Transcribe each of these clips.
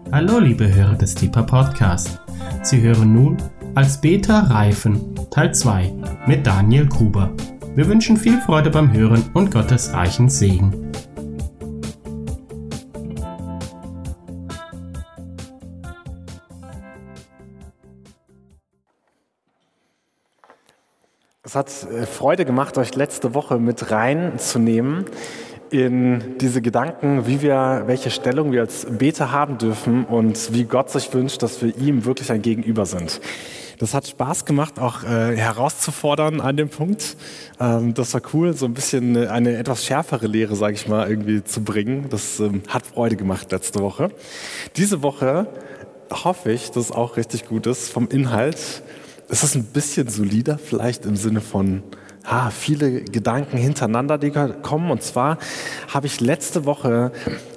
Hallo liebe Hörer des Deeper Podcast. Sie hören nun als Beter reifen Teil 2 mit Daniel Gruber. Wir wünschen viel Freude beim Hören und Gottes reichen Segen. Es hat Freude gemacht, euch letzte Woche mit reinzunehmen in diese Gedanken, welche Stellung wir als Beter haben dürfen und wie Gott sich wünscht, dass wir ihm wirklich ein Gegenüber sind. Das hat Spaß gemacht, auch herauszufordern an dem Punkt. Das war cool, so ein bisschen eine etwas schärfere Lehre, sage ich mal, irgendwie zu bringen. Das hat Freude gemacht letzte Woche. Diese Woche hoffe ich, dass es auch richtig gut ist vom Inhalt. Es ist ein bisschen solider, vielleicht im Sinne von viele Gedanken hintereinander, die kommen. Und zwar habe ich letzte Woche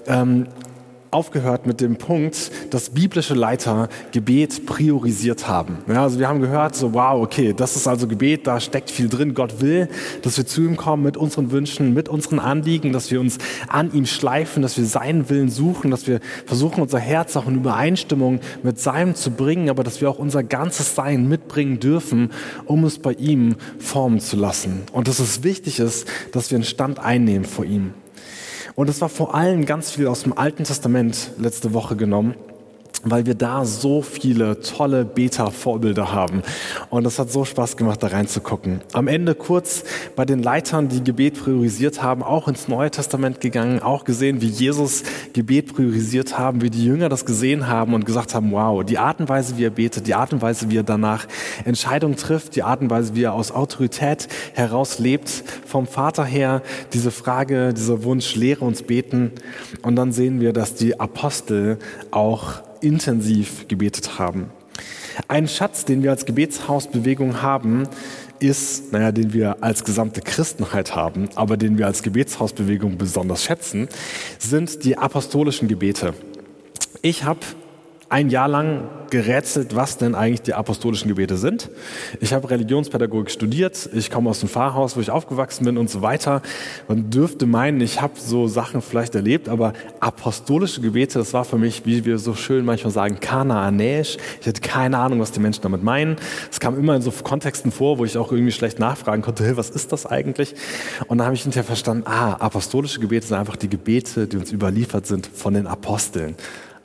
aufgehört mit dem Punkt, dass biblische Leiter Gebet priorisiert haben. Ja, also wir haben gehört, so wow, okay, das ist also Gebet, da steckt viel drin. Gott will, dass wir zu ihm kommen mit unseren Wünschen, mit unseren Anliegen, dass wir uns an ihm schleifen, dass wir seinen Willen suchen, dass wir versuchen, unser Herz auch in Übereinstimmung mit seinem zu bringen, aber dass wir auch unser ganzes Sein mitbringen dürfen, um es bei ihm formen zu lassen. Und dass es wichtig ist, dass wir einen Stand einnehmen vor ihm. Und es war vor allem ganz viel aus dem Alten Testament letzte Woche genommen, weil wir da so viele tolle Beta-Vorbilder haben. Und es hat so Spaß gemacht, da reinzugucken. Am Ende kurz bei den Leitern, die Gebet priorisiert haben, auch ins Neue Testament gegangen, auch gesehen, wie Jesus Gebet priorisiert haben, wie die Jünger das gesehen haben und gesagt haben, wow, die Art und Weise, wie er betet, die Art und Weise, wie er danach Entscheidungen trifft, die Art und Weise, wie er aus Autorität heraus lebt, vom Vater her, diese Frage, dieser Wunsch, lehre uns beten. Und dann sehen wir, dass die Apostel auch intensiv gebetet haben. Ein Schatz, den wir als Gebetshausbewegung haben, ist, den wir als gesamte Christenheit haben, aber den wir als Gebetshausbewegung besonders schätzen, sind die apostolischen Gebete. Ich habe ein Jahr lang gerätselt, was denn eigentlich die apostolischen Gebete sind. Ich habe Religionspädagogik studiert, ich komme aus dem Pfarrhaus, wo ich aufgewachsen bin und so weiter. Man dürfte meinen, ich habe so Sachen vielleicht erlebt, aber apostolische Gebete, das war für mich, wie wir so schön manchmal sagen, kanaanäisch. Ich hatte keine Ahnung, was die Menschen damit meinen. Es kam immer in so Kontexten vor, wo ich auch irgendwie schlecht nachfragen konnte, hey, was ist das eigentlich? Und dann habe ich hinterher verstanden, apostolische Gebete sind einfach die Gebete, die uns überliefert sind von den Aposteln.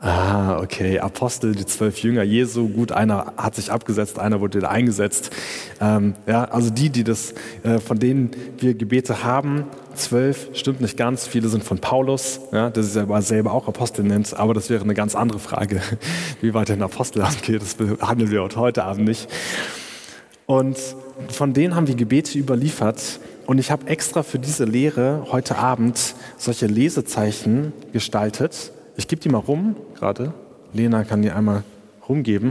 Okay, Apostel, die 12 Jünger Jesu, gut, einer hat sich abgesetzt, einer wurde wieder eingesetzt. Also von denen wir Gebete haben, 12, stimmt nicht ganz, viele sind von Paulus, der sich selber auch Apostel nennt, aber das wäre eine ganz andere Frage, wie weit ein Apostel angeht, das behandeln wir heute Abend nicht. Und von denen haben wir Gebete überliefert. Und ich habe extra für diese Lehre heute Abend solche Lesezeichen gestaltet. Ich gebe die mal rum, gerade. Lena kann die einmal rumgeben.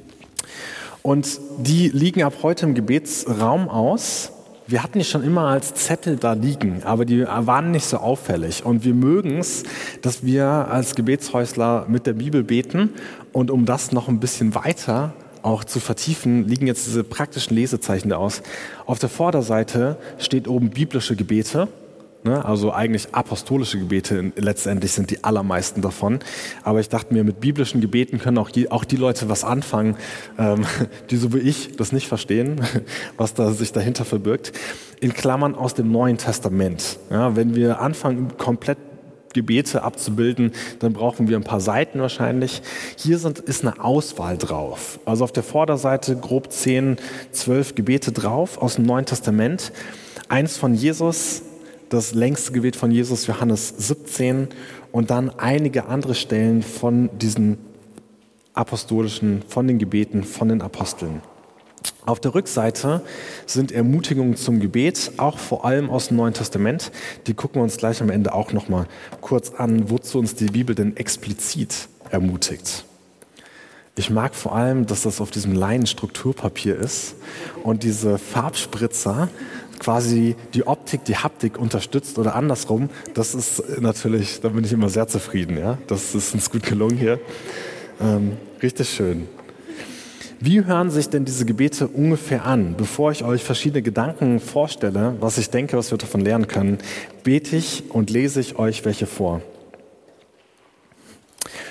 Und die liegen ab heute im Gebetsraum aus. Wir hatten die schon immer als Zettel da liegen, aber die waren nicht so auffällig. Und wir mögen es, dass wir als Gebetshäusler mit der Bibel beten. Und um das noch ein bisschen weiter auch zu vertiefen, liegen jetzt diese praktischen Lesezeichen da aus. Auf der Vorderseite steht oben biblische Gebete. Also eigentlich apostolische Gebete, letztendlich sind die allermeisten davon. Aber ich dachte mir, mit biblischen Gebeten können auch die Leute was anfangen, die so wie ich das nicht verstehen, was da sich dahinter verbirgt. In Klammern aus dem Neuen Testament. Ja, wenn wir anfangen, komplett Gebete abzubilden, dann brauchen wir ein paar Seiten wahrscheinlich. Hier ist eine Auswahl drauf. Also auf der Vorderseite grob 10, 12 Gebete drauf aus dem Neuen Testament. Eins von Jesus, das längste Gebet von Jesus, Johannes 17, und dann einige andere Stellen von diesen apostolischen, von den Gebeten, von den Aposteln. Auf der Rückseite sind Ermutigungen zum Gebet, auch vor allem aus dem Neuen Testament. Die gucken wir uns gleich am Ende auch nochmal kurz an, wozu uns die Bibel denn explizit ermutigt. Ich mag vor allem, dass das auf diesem Leinenstrukturpapier ist und diese Farbspritzer quasi die Optik, die Haptik unterstützt oder andersrum. Das ist natürlich, da bin ich immer sehr zufrieden. Ja? Das ist uns gut gelungen hier. Richtig schön. Wie hören sich denn diese Gebete ungefähr an? Bevor ich euch verschiedene Gedanken vorstelle, was ich denke, was wir davon lernen können, bete ich und lese ich euch welche vor.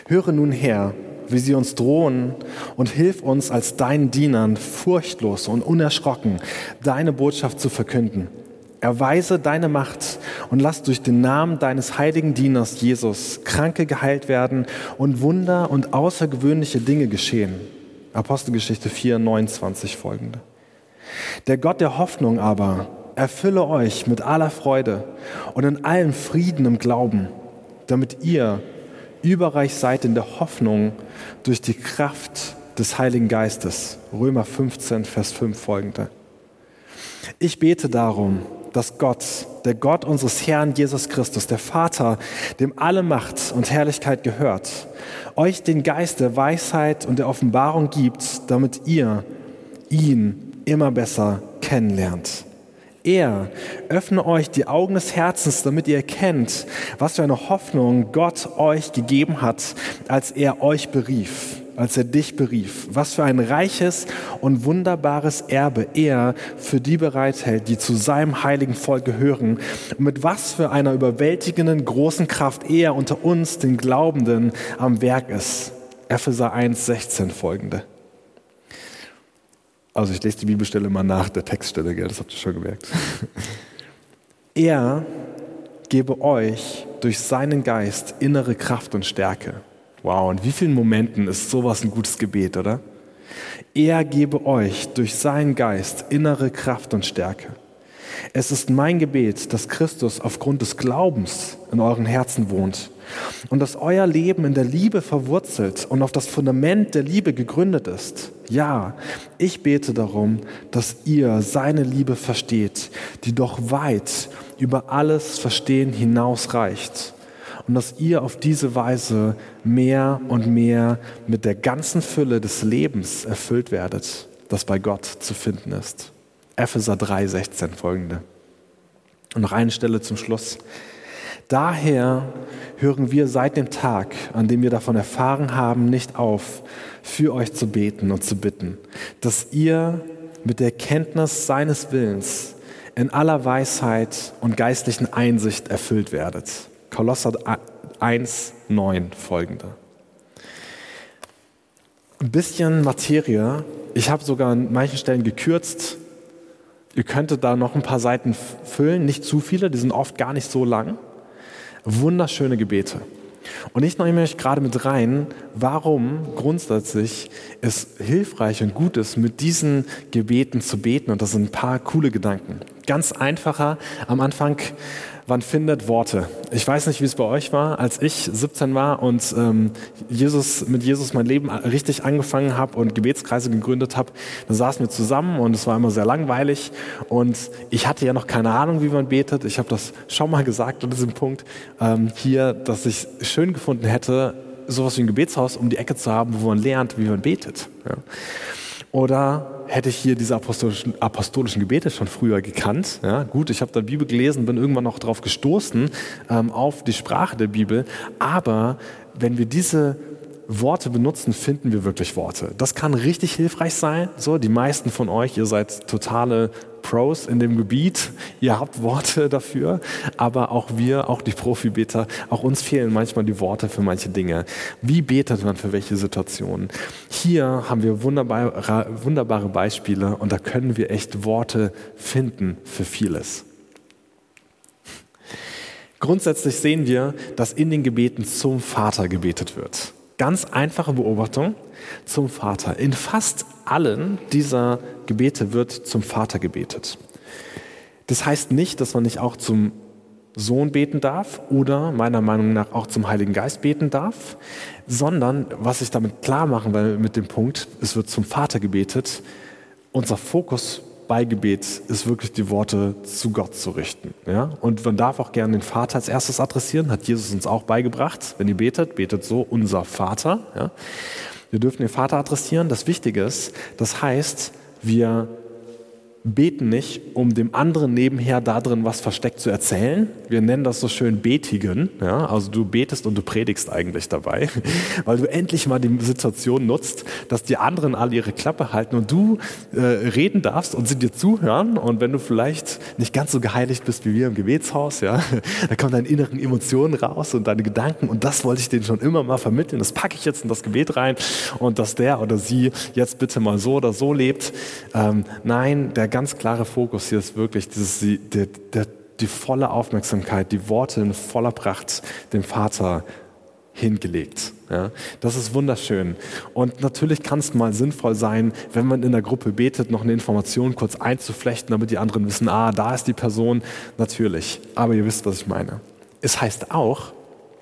Höre nun her, wie sie uns drohen, und hilf uns als deinen Dienern furchtlos und unerschrocken deine Botschaft zu verkünden. Erweise deine Macht und lass durch den Namen deines heiligen Dieners Jesus Kranke geheilt werden und Wunder und außergewöhnliche Dinge geschehen. Apostelgeschichte 4, 29 folgende. Der Gott der Hoffnung aber erfülle euch mit aller Freude und in allem Frieden im Glauben, damit ihr überreich seid in der Hoffnung durch die Kraft des Heiligen Geistes. Römer 15, Vers 5 folgende. Ich bete darum, dass Gott, der Gott unseres Herrn Jesus Christus, der Vater, dem alle Macht und Herrlichkeit gehört, euch den Geist der Weisheit und der Offenbarung gibt, damit ihr ihn immer besser kennenlernt. Er öffne euch die Augen des Herzens, damit ihr erkennt, was für eine Hoffnung Gott euch gegeben hat, als er euch berief, als er dich berief. Was für ein reiches und wunderbares Erbe er für die bereithält, die zu seinem heiligen Volk gehören. Und mit was für einer überwältigenden großen Kraft er unter uns, den Glaubenden, am Werk ist. Epheser 1, 16 folgende. Also ich lese die Bibelstelle immer nach der Textstelle, gell? Das habt ihr schon gemerkt. Er gebe euch durch seinen Geist innere Kraft und Stärke. Wow, in wie vielen Momenten ist sowas ein gutes Gebet, oder? Er gebe euch durch seinen Geist innere Kraft und Stärke. Es ist mein Gebet, dass Christus aufgrund des Glaubens in euren Herzen wohnt und dass euer Leben in der Liebe verwurzelt und auf das Fundament der Liebe gegründet ist. Ja, ich bete darum, dass ihr seine Liebe versteht, die doch weit über alles Verstehen hinausreicht, und dass ihr auf diese Weise mehr und mehr mit der ganzen Fülle des Lebens erfüllt werdet, das bei Gott zu finden ist. Epheser 3, 16 folgende. Und noch eine Stelle zum Schluss. Daher hören wir seit dem Tag, an dem wir davon erfahren haben, nicht auf, für euch zu beten und zu bitten, dass ihr mit der Kenntnis seines Willens in aller Weisheit und geistlichen Einsicht erfüllt werdet. Kolosser 1, 9 folgende. Ein bisschen Materie. Ich habe sogar an manchen Stellen gekürzt. Ihr könntet da noch ein paar Seiten füllen, nicht zu viele, die sind oft gar nicht so lang. Wunderschöne Gebete. Und ich nehme euch gerade mit rein, warum grundsätzlich es hilfreich und gut ist, mit diesen Gebeten zu beten. Und das sind ein paar coole Gedanken. Ganz einfacher am Anfang, man findet Worte. Ich weiß nicht, wie es bei euch war, als ich 17 war und mit Jesus mein Leben richtig angefangen habe und Gebetskreise gegründet habe. Da saßen wir zusammen und es war immer sehr langweilig und ich hatte ja noch keine Ahnung, wie man betet. Ich habe das schon mal gesagt an diesem Punkt hier, dass ich schön gefunden hätte, sowas wie ein Gebetshaus um die Ecke zu haben, wo man lernt, wie man betet. Ja. Oder hätte ich hier diese apostolischen Gebete schon früher gekannt. Ja, gut, ich habe dann Bibel gelesen, bin irgendwann noch darauf gestoßen, auf die Sprache der Bibel. Aber wenn wir diese Worte benutzen, finden wir wirklich Worte. Das kann richtig hilfreich sein. So, die meisten von euch, ihr seid totale Pros in dem Gebiet. Ihr habt Worte dafür. Aber auch wir, auch die Profibeter, auch uns fehlen manchmal die Worte für manche Dinge. Wie betet man für welche Situationen? Hier haben wir wunderbare Beispiele und da können wir echt Worte finden für vieles. Grundsätzlich sehen wir, dass in den Gebeten zum Vater gebetet wird. Ganz einfache Beobachtung, zum Vater. In fast allen dieser Gebete wird zum Vater gebetet. Das heißt nicht, dass man nicht auch zum Sohn beten darf oder meiner Meinung nach auch zum Heiligen Geist beten darf, sondern, was ich damit klar machen will mit dem Punkt, es wird zum Vater gebetet, unser Fokus bei Gebet ist wirklich die Worte zu Gott zu richten. Ja? Und man darf auch gerne den Vater als erstes adressieren, hat Jesus uns auch beigebracht. Wenn ihr betet, betet so, unser Vater. Ja? Wir dürfen den Vater adressieren. Das Wichtige ist, das heißt, wir beten nicht, um dem anderen nebenher da drin was versteckt zu erzählen. Wir nennen das so schön betigen. Ja? Also du betest und du predigst eigentlich dabei, weil du endlich mal die Situation nutzt, dass die anderen alle ihre Klappe halten und du reden darfst und sie dir zuhören. Und wenn du vielleicht nicht ganz so geheiligt bist wie wir im Gebetshaus, ja, da kommen deine inneren Emotionen raus und deine Gedanken und das wollte ich denen schon immer mal vermitteln. Das packe ich jetzt in das Gebet rein und dass der oder sie jetzt bitte mal so oder so lebt. Nein, der ganz klare Fokus hier ist wirklich die volle Aufmerksamkeit, die Worte in voller Pracht dem Vater hingelegt. Ja, das ist wunderschön. Und natürlich kann es mal sinnvoll sein, wenn man in der Gruppe betet, noch eine Information kurz einzuflechten, damit die anderen wissen, da ist die Person. Natürlich. Aber ihr wisst, was ich meine. Es heißt auch,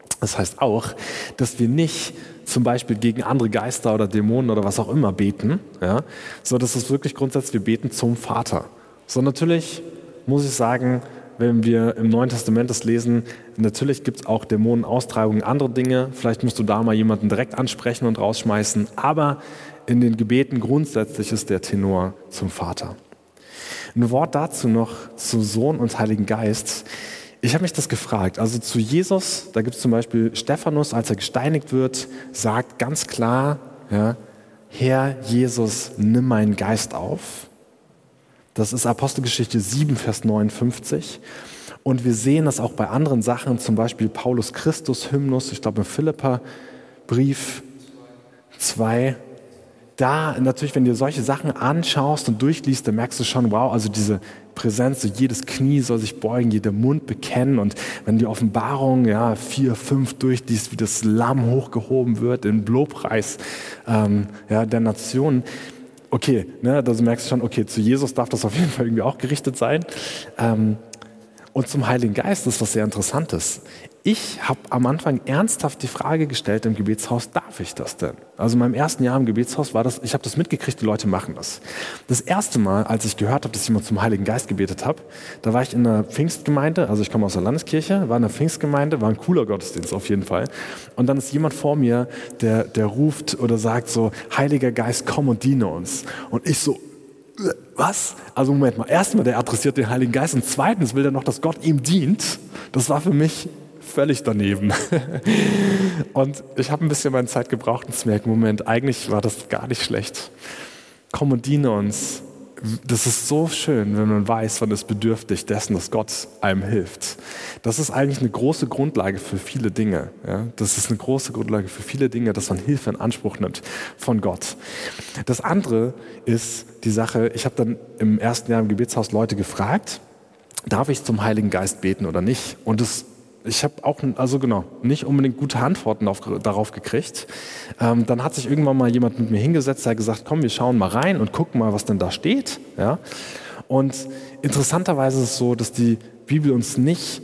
dass wir nicht zum Beispiel gegen andere Geister oder Dämonen oder was auch immer beten, ja, sondern das ist wirklich grundsätzlich, wir beten zum Vater. So natürlich muss ich sagen, wenn wir im Neuen Testament das lesen, natürlich gibt es auch Dämonenaustreibungen, andere Dinge. Vielleicht musst du da mal jemanden direkt ansprechen und rausschmeißen. Aber in den Gebeten grundsätzlich ist der Tenor zum Vater. Ein Wort dazu noch zu Sohn und Heiligen Geist. Ich habe mich das gefragt. Also zu Jesus, da gibt es zum Beispiel Stephanus, als er gesteinigt wird, sagt ganz klar, ja, Herr Jesus, nimm meinen Geist auf. Das ist Apostelgeschichte 7, Vers 59. Und wir sehen das auch bei anderen Sachen, zum Beispiel Paulus Christus Hymnus, ich glaube im Philipperbrief 2. Da natürlich, wenn du solche Sachen anschaust und durchliest, dann merkst du schon, wow, also diese Präsenz, so jedes Knie soll sich beugen, jeder Mund bekennen. Und wenn die Offenbarung 4, 5 durchliest, wie das Lamm hochgehoben wird im Lobpreis der Nationen, okay, da merkst du schon, okay, zu Jesus darf das auf jeden Fall irgendwie auch gerichtet sein. Und zum Heiligen Geist ist was sehr Interessantes. Ich habe am Anfang ernsthaft die Frage gestellt im Gebetshaus, darf ich das denn? Also in meinem ersten Jahr im Gebetshaus war das, ich habe das mitgekriegt, die Leute machen das. Das erste Mal, als ich gehört habe, dass jemand zum Heiligen Geist gebetet hat, da war ich in einer Pfingstgemeinde, also ich komme aus der Landeskirche, war in einer Pfingstgemeinde, war ein cooler Gottesdienst auf jeden Fall. Und dann ist jemand vor mir, der ruft oder sagt so, Heiliger Geist, komm und diene uns. Und ich so, was? Also Moment mal, erstmal, der adressiert den Heiligen Geist und zweitens will er noch, dass Gott ihm dient. Das war für mich völlig daneben. Und ich habe ein bisschen meine Zeit gebraucht, um zu merken, Moment, eigentlich war das gar nicht schlecht. Komm und diene uns. Das ist so schön, wenn man weiß, man ist bedürftig dessen, dass Gott einem hilft. Das ist eigentlich eine große Grundlage für viele Dinge. Ja? Das ist eine große Grundlage für viele Dinge, dass man Hilfe in Anspruch nimmt von Gott. Das andere ist die Sache, ich habe dann im ersten Jahr im Gebetshaus Leute gefragt, darf ich zum Heiligen Geist beten oder nicht? Und ich habe auch, nicht unbedingt gute Antworten darauf gekriegt. Dann hat sich irgendwann mal jemand mit mir hingesetzt, der hat gesagt, komm, wir schauen mal rein und gucken mal, was denn da steht. Ja? Und interessanterweise ist es so, dass die Bibel uns nicht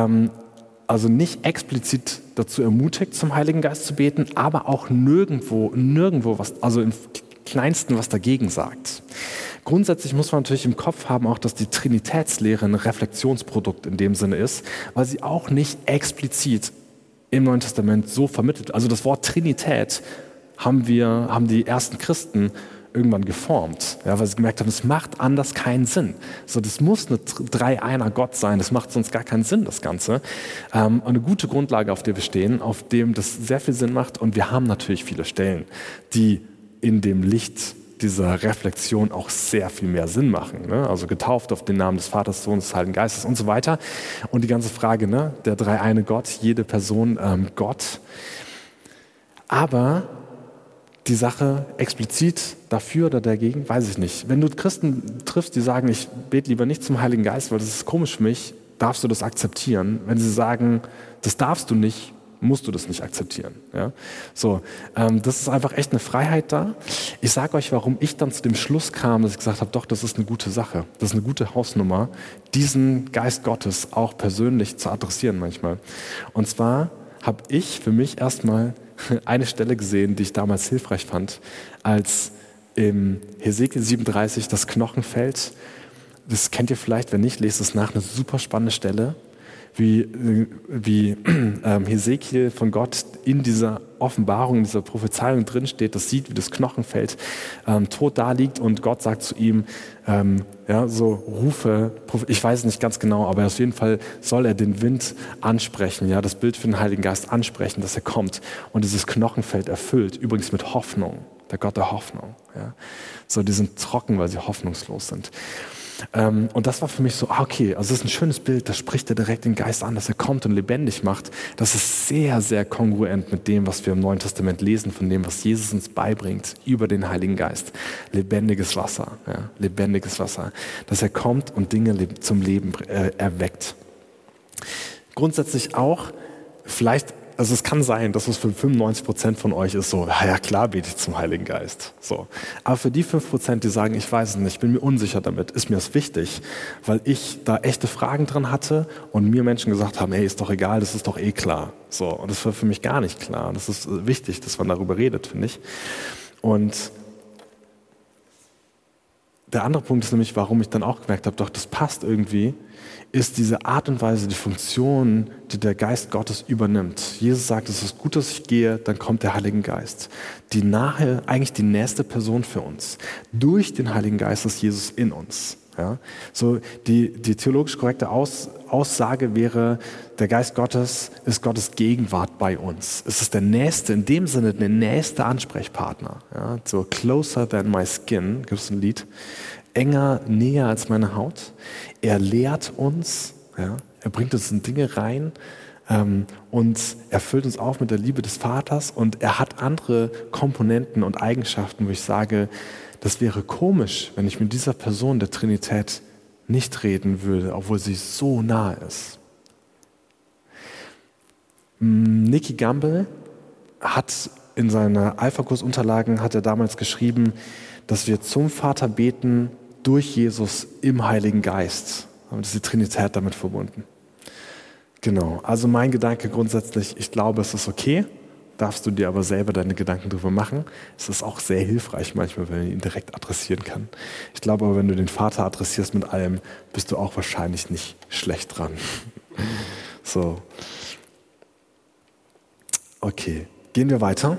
explizit dazu ermutigt, zum Heiligen Geist zu beten, aber auch nirgendwo was, also im Kleinsten was dagegen sagt. Grundsätzlich muss man natürlich im Kopf haben, auch, dass die Trinitätslehre ein Reflexionsprodukt in dem Sinne ist, weil sie auch nicht explizit im Neuen Testament so vermittelt. Also das Wort Trinität haben die ersten Christen irgendwann geformt, weil sie gemerkt haben, es macht anders keinen Sinn. So, das muss eine Dreieiner Gott sein, das macht sonst gar keinen Sinn, das Ganze. Eine gute Grundlage, auf der wir stehen, auf dem das sehr viel Sinn macht und wir haben natürlich viele Stellen, die in dem Licht dieser Reflexion auch sehr viel mehr Sinn machen. Ne? Also getauft auf den Namen des Vaters, Sohnes, des Heiligen Geistes und so weiter. Und die ganze Frage, der dreieine Gott, jede Person Gott. Aber die Sache explizit dafür oder dagegen, weiß ich nicht. Wenn du Christen triffst, die sagen, ich bete lieber nicht zum Heiligen Geist, weil das ist komisch für mich, darfst du das akzeptieren. Wenn sie sagen, das darfst du nicht, musst du das nicht akzeptieren. Ja? So, das ist einfach echt eine Freiheit da. Ich sage euch, warum ich dann zu dem Schluss kam, dass ich gesagt habe, doch, das ist eine gute Sache. Das ist eine gute Hausnummer, diesen Geist Gottes auch persönlich zu adressieren manchmal. Und zwar habe ich für mich erstmal eine Stelle gesehen, die ich damals hilfreich fand, als im Hesekiel 37 das Knochen fällt. Das kennt ihr vielleicht, wenn nicht, lest es nach, eine super spannende Stelle. wie Hesekiel von Gott in dieser Offenbarung, in dieser Prophezeiung drinsteht, das sieht, wie das Knochenfeld tot da liegt und Gott sagt zu ihm, rufe, ich weiß es nicht ganz genau, aber auf jeden Fall soll er den Wind ansprechen, ja, das Bild für den Heiligen Geist ansprechen, dass er kommt und dieses Knochenfeld erfüllt, übrigens mit Hoffnung, der Gott der Hoffnung. Ja. So, die sind trocken, weil sie hoffnungslos sind. Und das war für mich so, okay, also das ist ein schönes Bild, da spricht er direkt den Geist an, dass er kommt und lebendig macht. Das ist sehr, sehr kongruent mit dem, was wir im Neuen Testament lesen, von dem, was Jesus uns beibringt über den Heiligen Geist. Lebendiges Wasser, ja, lebendiges Wasser. Dass er kommt und Dinge zum Leben erweckt. Grundsätzlich auch, vielleicht, also es kann sein, dass es für 95% von euch ist so, ja klar bete ich zum Heiligen Geist. So. Aber für die 5%, die sagen, ich weiß es nicht, ich bin mir unsicher damit, ist mir das wichtig, weil ich da echte Fragen dran hatte und mir Menschen gesagt haben, hey, ist doch egal, das ist doch eh klar. So. Und das war für mich gar nicht klar. Das ist wichtig, dass man darüber redet, finde ich. Und der andere Punkt ist nämlich, warum ich dann auch gemerkt habe, doch das passt irgendwie, ist diese Art und Weise, die Funktion, die der Geist Gottes übernimmt. Jesus sagt, es ist gut, dass ich gehe, dann kommt der Heilige Geist. Eigentlich die nächste Person für uns. Durch den Heiligen Geist ist Jesus in uns. Ja? So die theologisch korrekte Aussage wäre, der Geist Gottes ist Gottes Gegenwart bei uns. Es ist der nächste, in dem Sinne der nächste Ansprechpartner. Ja? So closer than my skin, gibt es ein Lied. Enger, näher als meine Haut. Er lehrt uns, ja? Er bringt uns in Dinge rein und er füllt uns auf mit der Liebe des Vaters und er hat andere Komponenten und Eigenschaften, wo ich sage, das wäre komisch, wenn ich mit dieser Person der Trinität nicht reden würde, obwohl sie so nah ist. Nicky Gamble hat in seinen Alpha-Kurs-Unterlagen hat er damals geschrieben, dass wir zum Vater beten durch Jesus im Heiligen Geist. Und ist die Trinität damit verbunden. Genau, also mein Gedanke grundsätzlich, ich glaube, es ist okay, darfst du dir aber selber deine Gedanken drüber machen. Es ist auch sehr hilfreich manchmal, wenn man ihn direkt adressieren kann. Ich glaube aber, wenn du den Vater adressierst mit allem, bist du auch wahrscheinlich nicht schlecht dran. So. Okay, gehen wir weiter.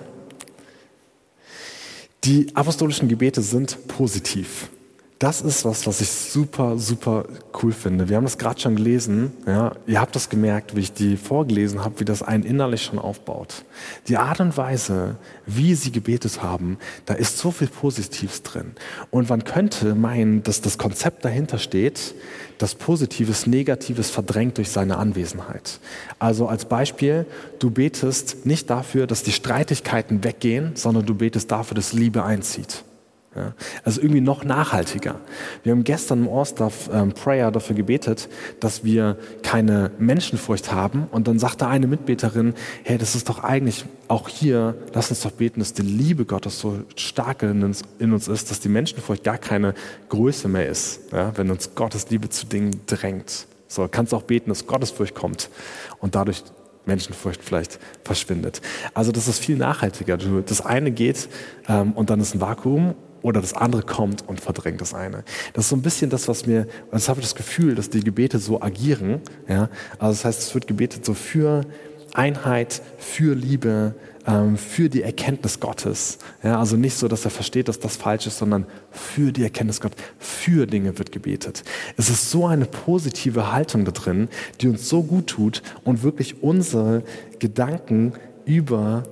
Die apostolischen Gebete sind positiv. Das ist was ich super, super cool finde. Wir haben das gerade schon gelesen. Ja, ihr habt das gemerkt, wie ich die vorgelesen habe, wie das einen innerlich schon aufbaut. Die Art und Weise, wie sie gebetet haben, da ist so viel Positives drin. Und man könnte meinen, dass das Konzept dahinter steht, dass Positives Negatives verdrängt durch seine Anwesenheit. Also als Beispiel, du betest nicht dafür, dass die Streitigkeiten weggehen, sondern du betest dafür, dass Liebe einzieht. Ja, also irgendwie noch nachhaltiger. Wir haben gestern im All-Staff Prayer dafür gebetet, dass wir keine Menschenfurcht haben. Und dann sagte eine Mitbeterin, hey, das ist doch eigentlich auch hier, lass uns doch beten, dass die Liebe Gottes so stark in uns ist, dass die Menschenfurcht gar keine Größe mehr ist, ja, wenn uns Gottes Liebe zu Dingen drängt. So, kannst auch beten, dass Gottesfurcht kommt und dadurch Menschenfurcht vielleicht verschwindet. Also das ist viel nachhaltiger. Das eine geht und dann ist ein Vakuum. Oder das andere kommt und verdrängt das eine. Das ist so ein bisschen das, habe ich das Gefühl, dass die Gebete so agieren. Ja? Also das heißt, es wird gebetet so für Einheit, für Liebe, für die Erkenntnis Gottes. Ja? Also nicht so, dass er versteht, dass das falsch ist, sondern für die Erkenntnis Gottes, für Dinge wird gebetet. Es ist so eine positive Haltung da drin, die uns so gut tut und wirklich unsere Gedanken über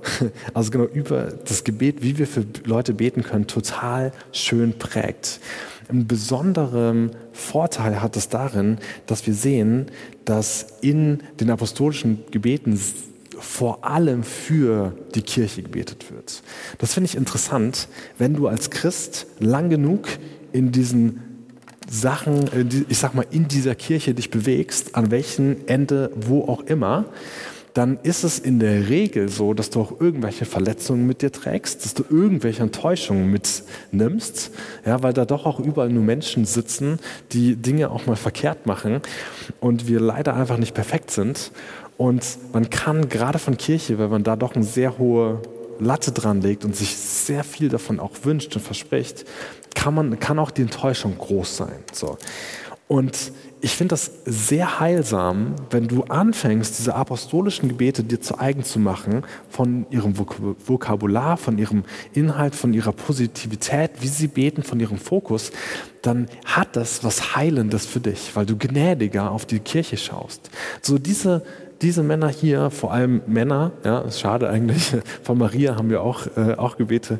das Gebet, wie wir für Leute beten können, total schön prägt. Einen besonderen Vorteil hat es darin, dass wir sehen, dass in den apostolischen Gebeten vor allem für die Kirche gebetet wird. Das finde ich interessant, wenn du als Christ lang genug in diesen Sachen, ich sag mal, in dieser Kirche dich bewegst, an welchem Ende, wo auch immer, dann ist es in der Regel so, dass du auch irgendwelche Verletzungen mit dir trägst, dass du irgendwelche Enttäuschungen mitnimmst, ja, weil da doch auch überall nur Menschen sitzen, die Dinge auch mal verkehrt machen und wir leider einfach nicht perfekt sind. Und man kann gerade von Kirche, weil man da doch eine sehr hohe Latte dran legt und sich sehr viel davon auch wünscht und verspricht, kann auch die Enttäuschung groß sein. So. Und ich finde das sehr heilsam, wenn du anfängst, diese apostolischen Gebete dir zu eigen zu machen, von ihrem Vokabular, von ihrem Inhalt, von ihrer Positivität, wie sie beten, von ihrem Fokus, dann hat das was Heilendes für dich, weil du gnädiger auf die Kirche schaust. So diese Männer hier, vor allem Männer, ja, ist schade eigentlich, von Maria haben wir auch Gebete,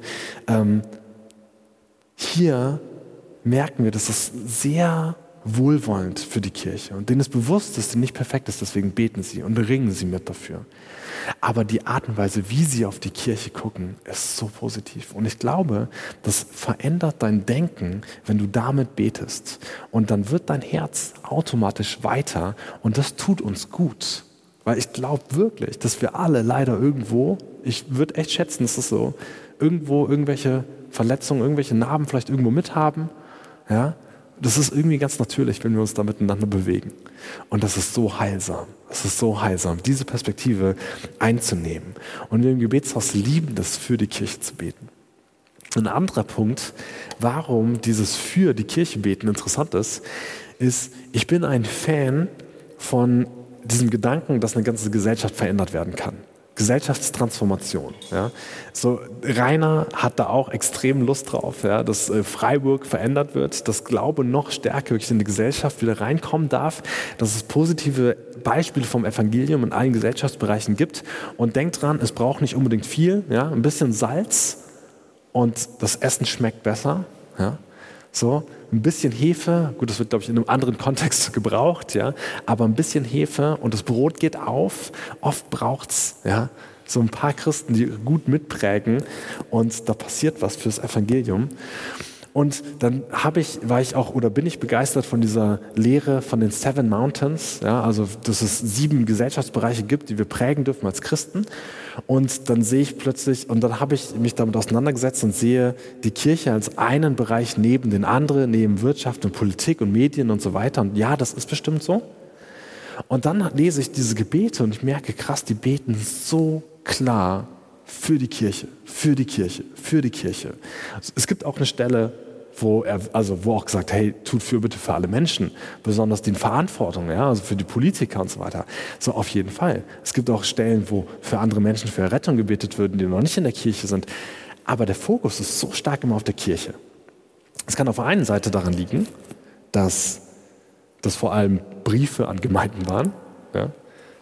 hier merken wir, dass das sehr wohlwollend für die Kirche und denen ist bewusst, dass sie nicht perfekt ist, deswegen beten sie und ringen sie mit dafür. Aber die Art und Weise, wie sie auf die Kirche gucken, ist so positiv. Und ich glaube, das verändert dein Denken, wenn du damit betest. Und dann wird dein Herz automatisch weiter und das tut uns gut. Weil ich glaube wirklich, dass wir alle leider irgendwo, ich würde echt schätzen, dass das so, irgendwo irgendwelche Verletzungen, irgendwelche Narben vielleicht irgendwo mithaben, ja. Das ist irgendwie ganz natürlich, wenn wir uns da miteinander bewegen. Und das ist so heilsam. Es ist so heilsam, diese Perspektive einzunehmen. Und wir im Gebetshaus lieben das, für die Kirche zu beten. Ein anderer Punkt, warum dieses für die Kirche beten interessant ist, ich bin ein Fan von diesem Gedanken, dass eine ganze Gesellschaft verändert werden kann. Gesellschaftstransformation. Ja. So, Rainer hat da auch extrem Lust drauf, ja, dass Freiburg verändert wird, dass Glaube noch stärker wirklich in die Gesellschaft wieder reinkommen darf, dass es positive Beispiele vom Evangelium in allen Gesellschaftsbereichen gibt. Und denkt dran, es braucht nicht unbedingt viel, ja, ein bisschen Salz und das Essen schmeckt besser. Ja. So, ein bisschen Hefe, gut, das wird, glaube ich, in einem anderen Kontext gebraucht, ja, aber ein bisschen Hefe und das Brot geht auf. Oft braucht es, ja, so ein paar Christen, die gut mitprägen und da passiert was fürs Evangelium. Und dann bin ich begeistert von dieser Lehre von den 7 Mountains, ja, also dass es 7 Gesellschaftsbereiche gibt, die wir prägen dürfen als Christen. Und dann sehe ich plötzlich, und dann habe ich mich damit auseinandergesetzt und sehe die Kirche als einen Bereich neben den anderen, neben Wirtschaft und Politik und Medien und so weiter. Und ja, das ist bestimmt so. Und dann lese ich diese Gebete und ich merke, krass, die beten so klar für die Kirche, für die Kirche, für die Kirche. Es gibt auch eine Stelle, wo auch gesagt, hey, tut bitte für alle Menschen, besonders die in Verantwortung, ja, also für die Politiker und so weiter. So, auf jeden Fall. Es gibt auch Stellen, wo für andere Menschen für Errettung gebetet wird, die noch nicht in der Kirche sind. Aber der Fokus ist so stark immer auf der Kirche. Es kann auf der einen Seite daran liegen, dass das vor allem Briefe an Gemeinden waren, ja.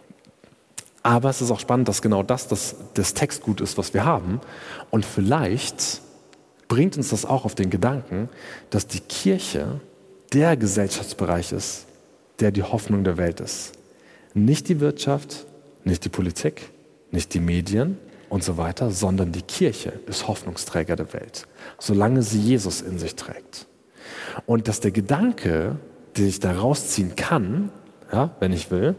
Aber es ist auch spannend, dass genau das Textgut ist, was wir haben. Und vielleicht bringt uns das auch auf den Gedanken, dass die Kirche der Gesellschaftsbereich ist, der die Hoffnung der Welt ist. Nicht die Wirtschaft, nicht die Politik, nicht die Medien und so weiter, sondern die Kirche ist Hoffnungsträger der Welt, solange sie Jesus in sich trägt. Und dass der Gedanke, den ich da rausziehen kann, ja, wenn ich will,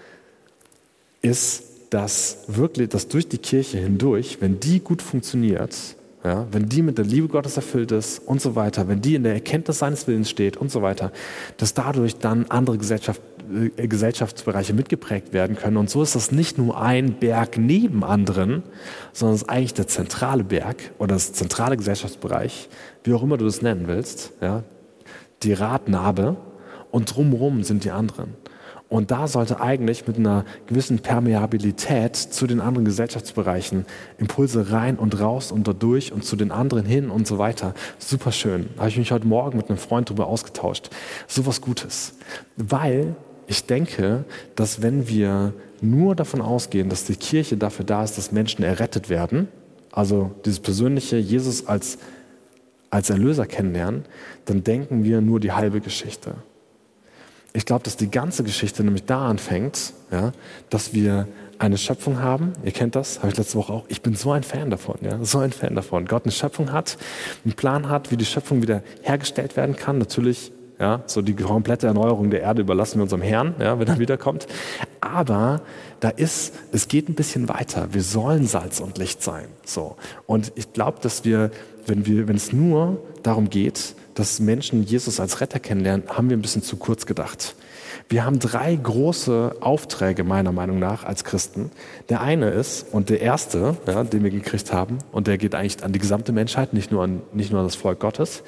ist, dass durch die Kirche hindurch, wenn die gut funktioniert, ja, wenn die mit der Liebe Gottes erfüllt ist und so weiter, wenn die in der Erkenntnis seines Willens steht und so weiter, dass dadurch dann andere Gesellschaftsbereiche mitgeprägt werden können. Und so ist das nicht nur ein Berg neben anderen, sondern es ist eigentlich der zentrale Berg oder das zentrale Gesellschaftsbereich, wie auch immer du das nennen willst, ja, die Radnabe und drumherum sind die anderen. Und da sollte eigentlich mit einer gewissen Permeabilität zu den anderen Gesellschaftsbereichen Impulse rein und raus und dadurch und zu den anderen hin und so weiter. Super schön. Da habe ich mich heute Morgen mit einem Freund darüber ausgetauscht. So was Gutes. Weil ich denke, dass wenn wir nur davon ausgehen, dass die Kirche dafür da ist, dass Menschen errettet werden, also dieses persönliche Jesus als Erlöser kennenlernen, dann denken wir nur die halbe Geschichte. Ich glaube, dass die ganze Geschichte nämlich da anfängt, ja, dass wir eine Schöpfung haben. Ihr kennt das, habe ich letzte Woche auch. Ich bin so ein Fan davon, ja, so ein Fan davon. Gott eine Schöpfung hat, einen Plan hat, wie die Schöpfung wieder hergestellt werden kann. Natürlich, ja, so die komplette Erneuerung der Erde überlassen wir unserem Herrn, ja, wenn er wiederkommt. Aber es geht ein bisschen weiter. Wir sollen Salz und Licht sein. So. Und ich glaube, dass wenn es nur darum geht, dass Menschen Jesus als Retter kennenlernen, haben wir ein bisschen zu kurz gedacht. Wir haben 3 große Aufträge, meiner Meinung nach, als Christen. Der eine ist, und der erste, ja, den wir gekriegt haben, und der geht eigentlich an die gesamte Menschheit, nicht nur an das Volk Gottes,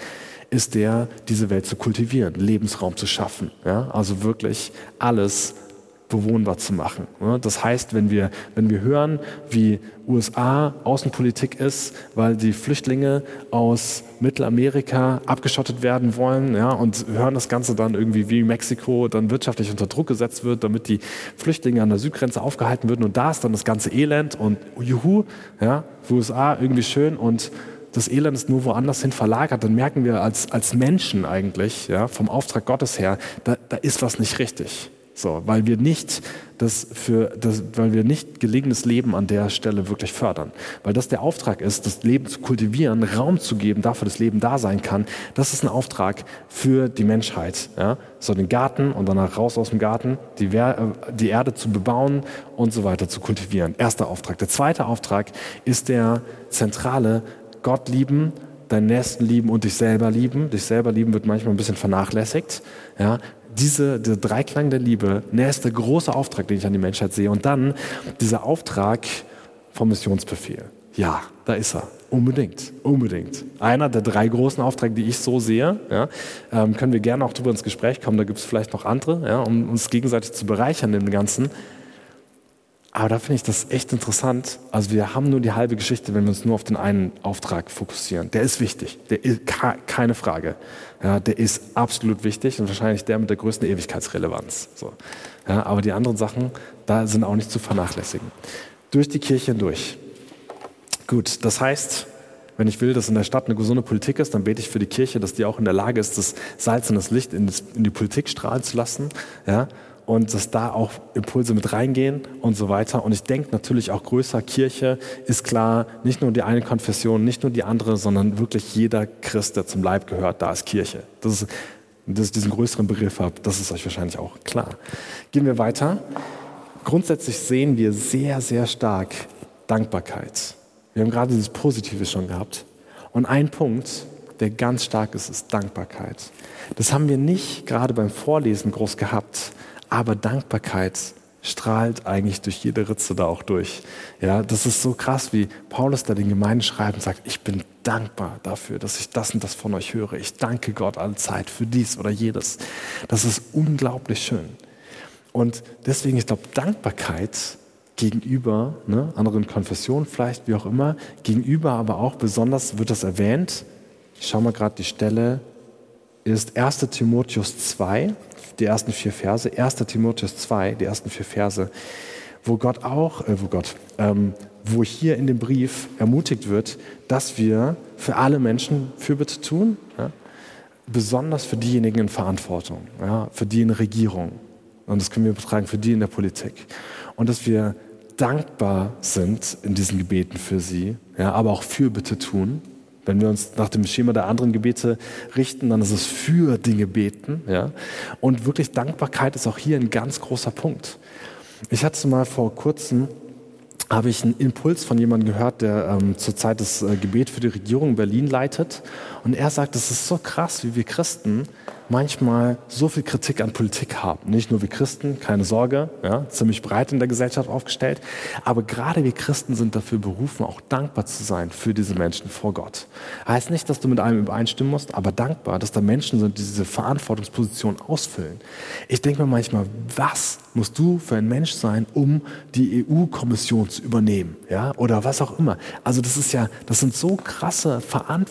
ist der, diese Welt zu kultivieren, Lebensraum zu schaffen. Ja? Also wirklich alles bewohnbar zu machen. Das heißt, wenn wir hören, wie USA Außenpolitik ist, weil die Flüchtlinge aus Mittelamerika abgeschottet werden wollen, ja, und hören das Ganze dann irgendwie, wie Mexiko dann wirtschaftlich unter Druck gesetzt wird, damit die Flüchtlinge an der Südgrenze aufgehalten würden, und da ist dann das ganze Elend und juhu, ja, USA irgendwie schön und das Elend ist nur woanders hin verlagert, dann merken wir als Menschen eigentlich, ja, vom Auftrag Gottes her, da ist was nicht richtig. So, weil wir nicht gelegenes Leben an der Stelle wirklich fördern. Weil das der Auftrag ist, das Leben zu kultivieren, Raum zu geben, dafür das Leben da sein kann. Das ist ein Auftrag für die Menschheit. Ja? So den Garten und danach raus aus dem Garten, die Erde zu bebauen und so weiter zu kultivieren. Erster Auftrag. Der zweite Auftrag ist der zentrale: Gott lieben, deinen Nächsten lieben und dich selber lieben. Dich selber lieben wird manchmal ein bisschen vernachlässigt. Ja? Dieser Dreiklang der Liebe, ist der große Auftrag, den ich an die Menschheit sehe. Und dann dieser Auftrag vom Missionsbefehl. Ja, da ist er. Unbedingt. Einer der 3 großen Aufträge, die ich so sehe. Ja, können wir gerne auch drüber ins Gespräch kommen. Da gibt es vielleicht noch andere, ja, um uns gegenseitig zu bereichern im Ganzen. Aber da finde ich das echt interessant. Also wir haben nur die halbe Geschichte, wenn wir uns nur auf den einen Auftrag fokussieren. Der ist wichtig, der ist keine Frage. Ja, der ist absolut wichtig und wahrscheinlich der mit der größten Ewigkeitsrelevanz. So. Ja, aber die anderen Sachen, da sind auch nicht zu vernachlässigen. Durch die Kirche hindurch. Gut, das heißt, wenn ich will, dass in der Stadt eine gesunde Politik ist, dann bete ich für die Kirche, dass die auch in der Lage ist, das Salz und das Licht in die Politik strahlen zu lassen. Ja, und dass da auch Impulse mit reingehen und so weiter. Und ich denke natürlich auch größer, Kirche ist klar, nicht nur die eine Konfession, nicht nur die andere, sondern wirklich jeder Christ, der zum Leib gehört, da ist Kirche. Dass ich diesen größeren Begriff habe, das ist euch wahrscheinlich auch klar. Gehen wir weiter. Grundsätzlich sehen wir sehr, sehr stark Dankbarkeit. Wir haben gerade dieses Positive schon gehabt. Und ein Punkt, der ganz stark ist, ist Dankbarkeit. Das haben wir nicht gerade beim Vorlesen groß gehabt, aber Dankbarkeit strahlt eigentlich durch jede Ritze da auch durch. Ja, das ist so krass, wie Paulus da den Gemeinden schreibt und sagt, ich bin dankbar dafür, dass ich das und das von euch höre. Ich danke Gott alle Zeit für dies oder jedes. Das ist unglaublich schön. Und deswegen, ich glaube, Dankbarkeit gegenüber anderen Konfessionen vielleicht, wie auch immer, gegenüber aber auch besonders wird das erwähnt. Ich schaue mal gerade die Stelle, ist 1. Timotheus 2, die ersten 4 Verse, 1. Timotheus 2, die ersten 4 Verse, wo hier in dem Brief ermutigt wird, dass wir für alle Menschen Fürbitte tun, ja, besonders für diejenigen in Verantwortung, ja, für die in Regierung, und das können wir übertragen für die in der Politik, und dass wir dankbar sind in diesen Gebeten für sie, ja, aber auch Fürbitte tun. Wenn wir uns nach dem Schema der anderen Gebete richten, dann ist es für Dinge beten. Ja? Und wirklich Dankbarkeit ist auch hier ein ganz großer Punkt. Ich hatte mal vor kurzem, habe ich einen Impuls von jemandem gehört, der zurzeit das Gebet für die Regierung in Berlin leitet. Und er sagt, es ist so krass, wie wir Christen manchmal so viel Kritik an Politik haben. Nicht nur wir Christen, keine Sorge, ja, ziemlich breit in der Gesellschaft aufgestellt. Aber gerade wir Christen sind dafür berufen, auch dankbar zu sein für diese Menschen vor Gott. Heißt nicht, dass du mit allem übereinstimmen musst, aber dankbar, dass da Menschen sind, die diese Verantwortungsposition ausfüllen. Ich denke mir manchmal, was musst du für ein Mensch sein, um die EU-Kommission zu übernehmen, ja, oder was auch immer. Also das sind so krasse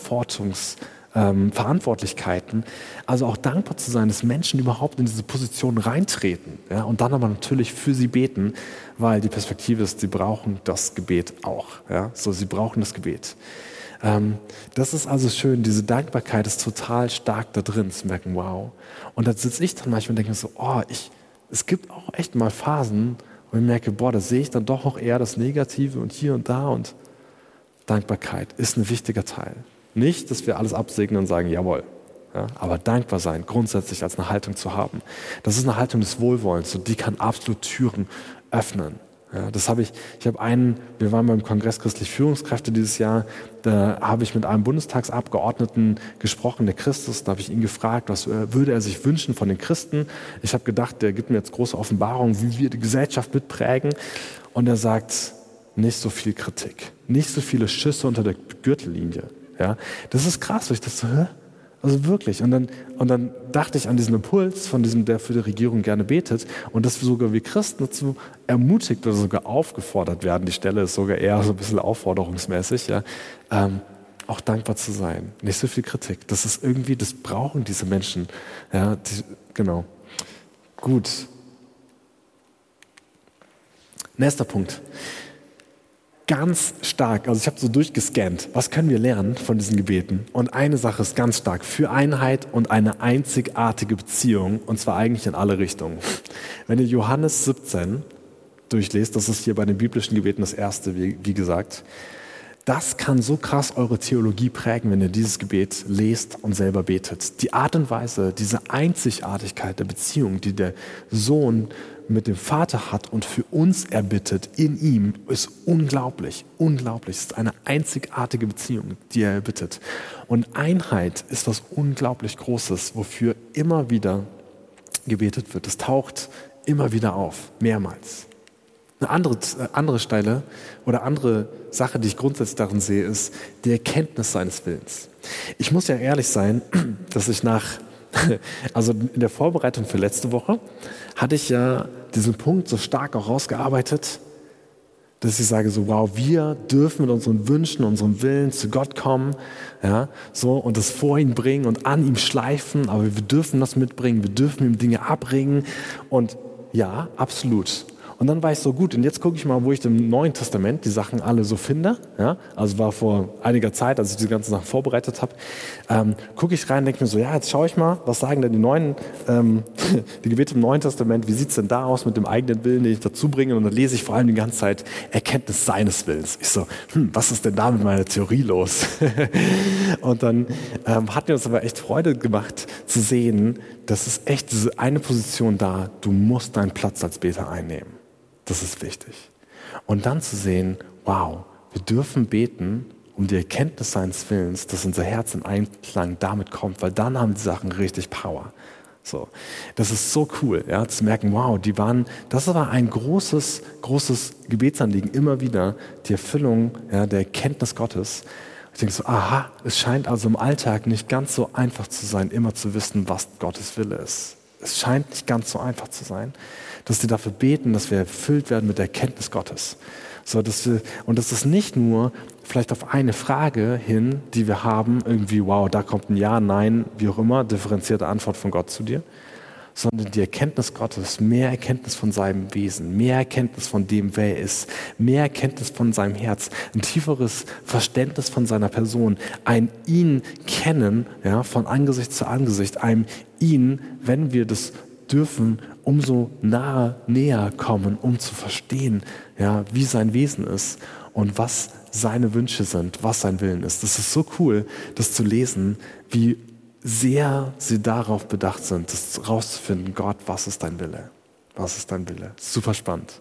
Verantwortlichkeiten, also auch dankbar zu sein, dass Menschen überhaupt in diese Position reintreten, ja, und dann aber natürlich für sie beten, weil die Perspektive ist, sie brauchen das Gebet auch, ja, so sie brauchen das Gebet. Das ist also schön, diese Dankbarkeit ist total stark da drin, zu merken, wow. Und da sitze ich dann manchmal und denke so, es gibt auch echt mal Phasen, wo ich merke, da sehe ich dann doch auch eher das Negative und hier und da, und Dankbarkeit ist ein wichtiger Teil. Nicht, dass wir alles absegnen und sagen, jawohl, ja, aber dankbar sein, grundsätzlich als eine Haltung zu haben. Das ist eine Haltung des Wohlwollens und die kann absolut Türen öffnen. Ja, wir waren beim Kongress Christliche Führungskräfte dieses Jahr, da habe ich mit einem Bundestagsabgeordneten gesprochen, der Christ ist, da habe ich ihn gefragt, was würde er sich wünschen von den Christen. Ich habe gedacht, der gibt mir jetzt große Offenbarungen, wie wir die Gesellschaft mitprägen, und er sagt, nicht so viel Kritik, nicht so viele Schüsse unter der Gürtellinie. Ja, das ist krass, weil ich dachte, Also wirklich. Und dann dachte ich an diesen Impuls von diesem, der für die Regierung gerne betet und dass sogar wir Christen dazu ermutigt oder sogar aufgefordert werden. Die Stelle ist sogar eher so ein bisschen aufforderungsmäßig, ja, auch dankbar zu sein. Nicht so viel Kritik. Das ist irgendwie, das brauchen diese Menschen. Ja, genau. Gut. Nächster Punkt. Ganz stark, also ich habe so durchgescannt, was können wir lernen von diesen Gebeten? Und eine Sache ist ganz stark, für Einheit und eine einzigartige Beziehung, und zwar eigentlich in alle Richtungen. Wenn ihr Johannes 17 durchlest, das ist hier bei den biblischen Gebeten das erste, wie gesagt, das kann so krass eure Theologie prägen, wenn ihr dieses Gebet lest und selber betet. Die Art und Weise, diese Einzigartigkeit der Beziehung, die der Sohn mit dem Vater hat und für uns erbittet in ihm, ist unglaublich, unglaublich. Es ist eine einzigartige Beziehung, die er erbittet. Und Einheit ist was unglaublich Großes, wofür immer wieder gebetet wird. Es taucht immer wieder auf, mehrmals. Eine andere Stelle oder andere Sache, die ich grundsätzlich darin sehe, ist die Erkenntnis seines Willens. Ich muss ja ehrlich sein, dass ich also in der Vorbereitung für letzte Woche hatte ich ja diesen Punkt so stark auch rausgearbeitet, dass ich sage so, wow, wir dürfen mit unseren Wünschen, unserem Willen zu Gott kommen, ja, so, und das vor ihn bringen und an ihm schleifen, aber wir dürfen das mitbringen, wir dürfen ihm Dinge abbringen und ja, absolut. Und dann war ich so gut, und jetzt gucke ich mal, wo ich im Neuen Testament die Sachen alle so finde. Ja? Also war vor einiger Zeit, als ich die ganzen Sachen vorbereitet habe, gucke ich rein und denke mir so, ja, jetzt schaue ich mal, was sagen denn die Gebete im Neuen Testament, wie sieht es denn da aus mit dem eigenen Willen, den ich dazu bringe? Und dann lese ich vor allem die ganze Zeit Erkenntnis seines Willens. Ich so, was ist denn da mit meiner Theorie los? Und dann hat mir das aber echt Freude gemacht zu sehen, dass es echt diese eine Position da, du musst deinen Platz als Beter einnehmen. Das ist wichtig. Und dann zu sehen, wow, wir dürfen beten um die Erkenntnis seines Willens, dass unser Herz in Einklang damit kommt, weil dann haben die Sachen richtig Power. So, das ist so cool, ja, zu merken, wow, das war ein großes Gebetsanliegen, immer wieder die Erfüllung, ja, der Erkenntnis Gottes. Ich denke so, aha, es scheint also im Alltag nicht ganz so einfach zu sein, immer zu wissen, was Gottes Wille ist. Es scheint nicht ganz so einfach zu sein, dass wir dafür beten, dass wir erfüllt werden mit der Erkenntnis Gottes. So, und das ist nicht nur vielleicht auf eine Frage hin, die wir haben, irgendwie, wow, da kommt ein Ja, Nein, wie auch immer, differenzierte Antwort von Gott zu dir, sondern die Erkenntnis Gottes, mehr Erkenntnis von seinem Wesen, mehr Erkenntnis von dem, wer er ist, mehr Erkenntnis von seinem Herz, ein tieferes Verständnis von seiner Person, ein ihn kennen, ja, von Angesicht zu Angesicht, einem ihn, wenn wir das dürfen, umso näher kommen, um zu verstehen, ja, wie sein Wesen ist und was seine Wünsche sind, was sein Willen ist. Das ist so cool, das zu lesen, wie sehr sie darauf bedacht sind, das rauszufinden, Gott, was ist dein Wille? Was ist dein Wille? Super spannend.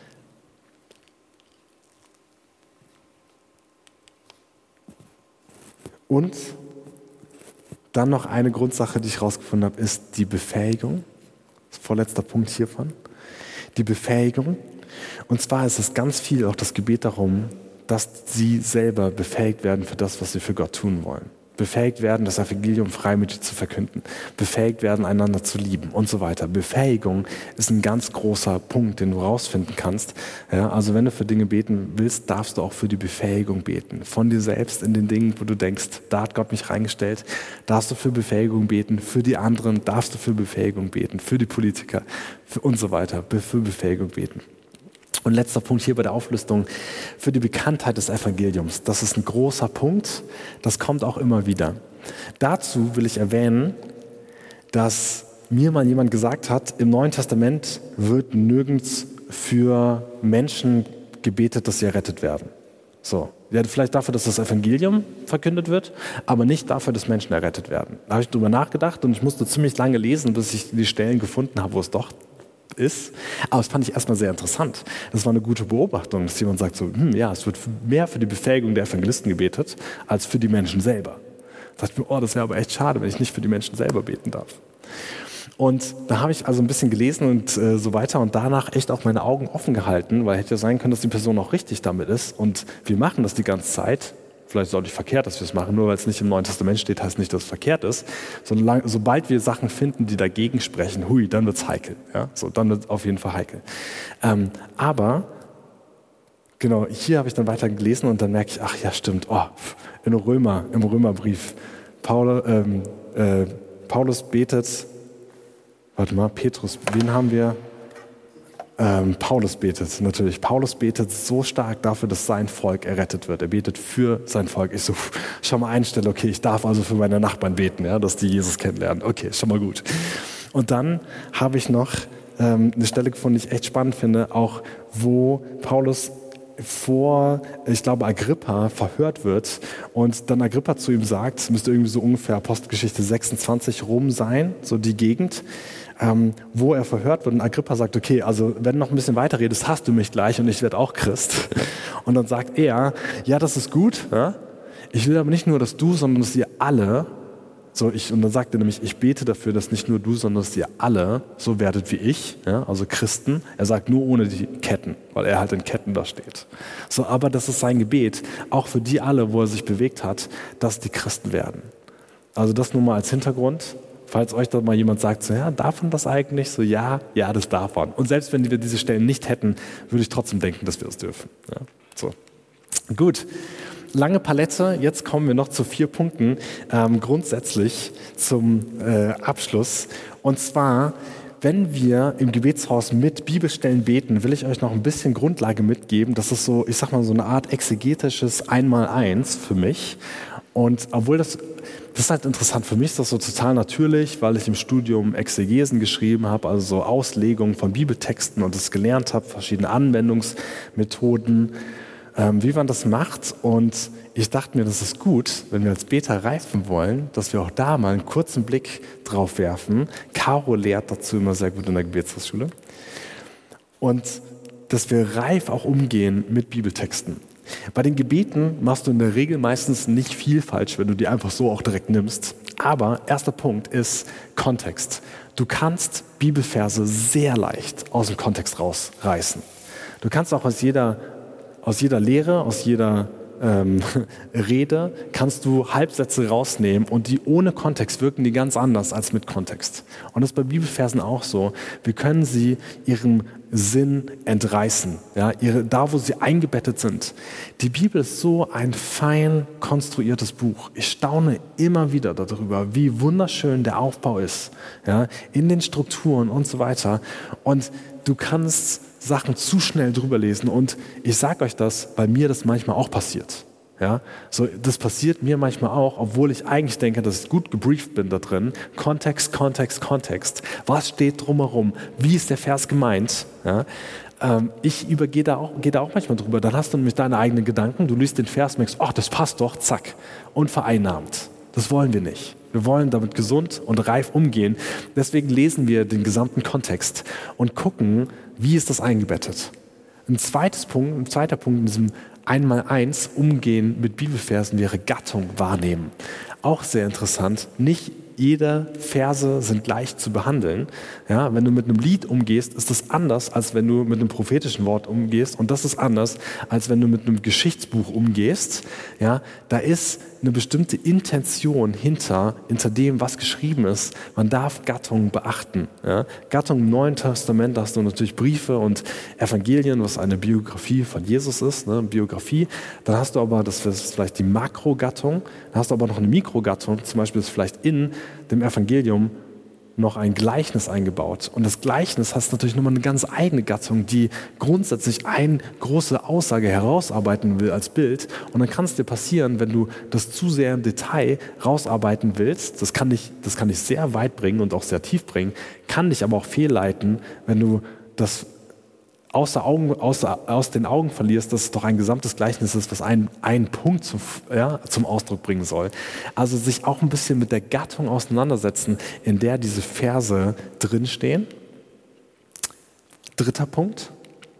Und dann noch eine Grundsache, die ich rausgefunden habe, ist die Befähigung. Vorletzter Punkt hiervon. Die Befähigung. Und zwar ist es ganz viel auch das Gebet darum, dass sie selber befähigt werden für das, was sie für Gott tun wollen. Befähigt werden, das Evangelium freimütig zu verkünden. Befähigt werden, einander zu lieben und so weiter. Befähigung ist ein ganz großer Punkt, den du rausfinden kannst. Ja, also wenn du für Dinge beten willst, darfst du auch für die Befähigung beten. Von dir selbst in den Dingen, wo du denkst, da hat Gott mich reingestellt, darfst du für Befähigung beten. Für die anderen darfst du für Befähigung beten. Für die Politiker und so weiter. Für Befähigung beten. Und letzter Punkt hier bei der Auflistung, für die Bekanntheit des Evangeliums. Das ist ein großer Punkt, das kommt auch immer wieder. Dazu will ich erwähnen, dass mir mal jemand gesagt hat, im Neuen Testament wird nirgends für Menschen gebetet, dass sie errettet werden. So, ja, vielleicht dafür, dass das Evangelium verkündet wird, aber nicht dafür, dass Menschen errettet werden. Da habe ich drüber nachgedacht und ich musste ziemlich lange lesen, bis ich die Stellen gefunden habe, wo es doch ist. Aber das fand ich erstmal sehr interessant. Das war eine gute Beobachtung, dass jemand sagt so, ja, es wird mehr für die Befähigung der Evangelisten gebetet, als für die Menschen selber. Da dachte ich mir, oh, das wäre aber echt schade, wenn ich nicht für die Menschen selber beten darf. Und da habe ich also ein bisschen gelesen und so weiter und danach echt auch meine Augen offen gehalten, weil hätte ja sein können, dass die Person auch richtig damit ist und wir machen das die ganze Zeit. Vielleicht ist es auch nicht verkehrt, dass wir es machen, nur weil es nicht im Neuen Testament steht, heißt nicht, dass es verkehrt ist. Sobald wir Sachen finden, die dagegen sprechen, dann wird es heikel. Ja? So, dann wird es auf jeden Fall heikel. Aber genau, hier habe ich dann weiter gelesen und dann merke ich, ach ja, stimmt, im Römerbrief, Paulus betet, Petrus, wen haben wir? Paulus betet natürlich. Paulus betet so stark dafür, dass sein Volk errettet wird. Er betet für sein Volk. Ich so, schon mal einstellen, okay, ich darf also für meine Nachbarn beten, ja, dass die Jesus kennenlernen. Okay, schon mal gut. Und dann habe ich noch eine Stelle gefunden, die ich echt spannend finde, auch wo Paulus vor, ich glaube, Agrippa verhört wird und dann Agrippa zu ihm sagt, es müsste irgendwie so ungefähr Apostelgeschichte 26 rum sein, so die Gegend, wo er verhört wird und Agrippa sagt, okay, also wenn du noch ein bisschen weiter redest, hast du mich gleich und ich werde auch Christ. Und dann sagt er, ja, das ist gut, ja? Ich will aber nicht nur, dass du, sondern dass ihr alle, und dann sagt er nämlich, ich bete dafür, dass nicht nur du, sondern dass ihr alle so werdet wie ich, ja? Also Christen. Er sagt nur ohne die Ketten, weil er halt in Ketten da steht. So, aber das ist sein Gebet, auch für die alle, wo er sich bewegt hat, dass die Christen werden. Also das nur mal als Hintergrund. Falls euch da mal jemand sagt, so, ja, darf man das eigentlich? So, ja, das darf man. Und selbst wenn wir diese Stellen nicht hätten, würde ich trotzdem denken, dass wir es dürfen. Ja, so. Gut, lange Palette. Jetzt kommen wir noch zu 4 Punkten, grundsätzlich zum Abschluss. Und zwar, wenn wir im Gebetshaus mit Bibelstellen beten, will ich euch noch ein bisschen Grundlage mitgeben. Das ist so, ich sag mal, so eine Art exegetisches Einmaleins für mich. Und obwohl das ist halt interessant, für mich ist das so total natürlich, weil ich im Studium Exegesen geschrieben habe, also so Auslegungen von Bibeltexten und das gelernt habe, verschiedene Anwendungsmethoden, wie man das macht. Und ich dachte mir, das ist gut, wenn wir als Beter reifen wollen, dass wir auch da mal einen kurzen Blick drauf werfen. Caro lehrt dazu immer sehr gut in der Gebetshausschule. Und dass wir reif auch umgehen mit Bibeltexten. Bei den Gebeten machst du in der Regel meistens nicht viel falsch, wenn du die einfach so auch direkt nimmst. Aber erster Punkt ist Kontext. Du kannst Bibelverse sehr leicht aus dem Kontext rausreißen. Du kannst auch aus jeder Lehre, aus jeder Rede, kannst du Halbsätze rausnehmen und die ohne Kontext wirken die ganz anders als mit Kontext. Und das ist bei Bibelversen auch so. Wir können sie ihrem Sinn entreißen, ja, da wo sie eingebettet sind. Die Bibel ist so ein fein konstruiertes Buch. Ich staune immer wieder darüber, wie wunderschön der Aufbau ist, ja, in den Strukturen und so weiter. Und du kannst Sachen zu schnell drüber lesen und ich sage euch das, weil mir das manchmal auch passiert. Ja, so, das passiert mir manchmal auch, obwohl ich eigentlich denke, dass ich gut gebrieft bin da drin. Kontext. Was steht drumherum? Wie ist der Vers gemeint? Ja, ich gehe da auch manchmal drüber. Dann hast du nämlich deine eigenen Gedanken. Du liest den Vers und denkst, ach, das passt doch, zack. Und vereinnahmt. Das wollen wir nicht. Wir wollen damit gesund und reif umgehen. Deswegen lesen wir den gesamten Kontext und gucken, wie ist das eingebettet. Ein zweiter Punkt in diesem Einmaleins, Umgehen mit Bibelversen, wäre Gattung wahrnehmen. Auch sehr interessant. Nicht jede Verse sind gleich zu behandeln. Ja, wenn du mit einem Lied umgehst, ist das anders, als wenn du mit einem prophetischen Wort umgehst. Und das ist anders, als wenn du mit einem Geschichtsbuch umgehst. Ja, da ist eine bestimmte Intention hinter dem, was geschrieben ist. Man darf Gattung beachten. Ja, Gattung im Neuen Testament, da hast du natürlich Briefe und Evangelien, was eine Biografie von Jesus ist, ne, Biografie. Dann hast du aber, das ist vielleicht die Makrogattung, dann hast du aber noch eine Mikrogattung, zum Beispiel ist vielleicht in dem Evangelium noch ein Gleichnis eingebaut. Und das Gleichnis hat natürlich nochmal eine ganz eigene Gattung, die grundsätzlich eine große Aussage herausarbeiten will als Bild. Und dann kann es dir passieren, wenn du das zu sehr im Detail rausarbeiten willst, das kann dich sehr weit bringen und auch sehr tief bringen, kann dich aber auch fehlleiten, wenn du das aus den Augen verlierst, dass es doch ein gesamtes Gleichnis ist, was einen Punkt zum Ausdruck bringen soll. Also sich auch ein bisschen mit der Gattung auseinandersetzen, in der diese Verse drinstehen. Dritter Punkt.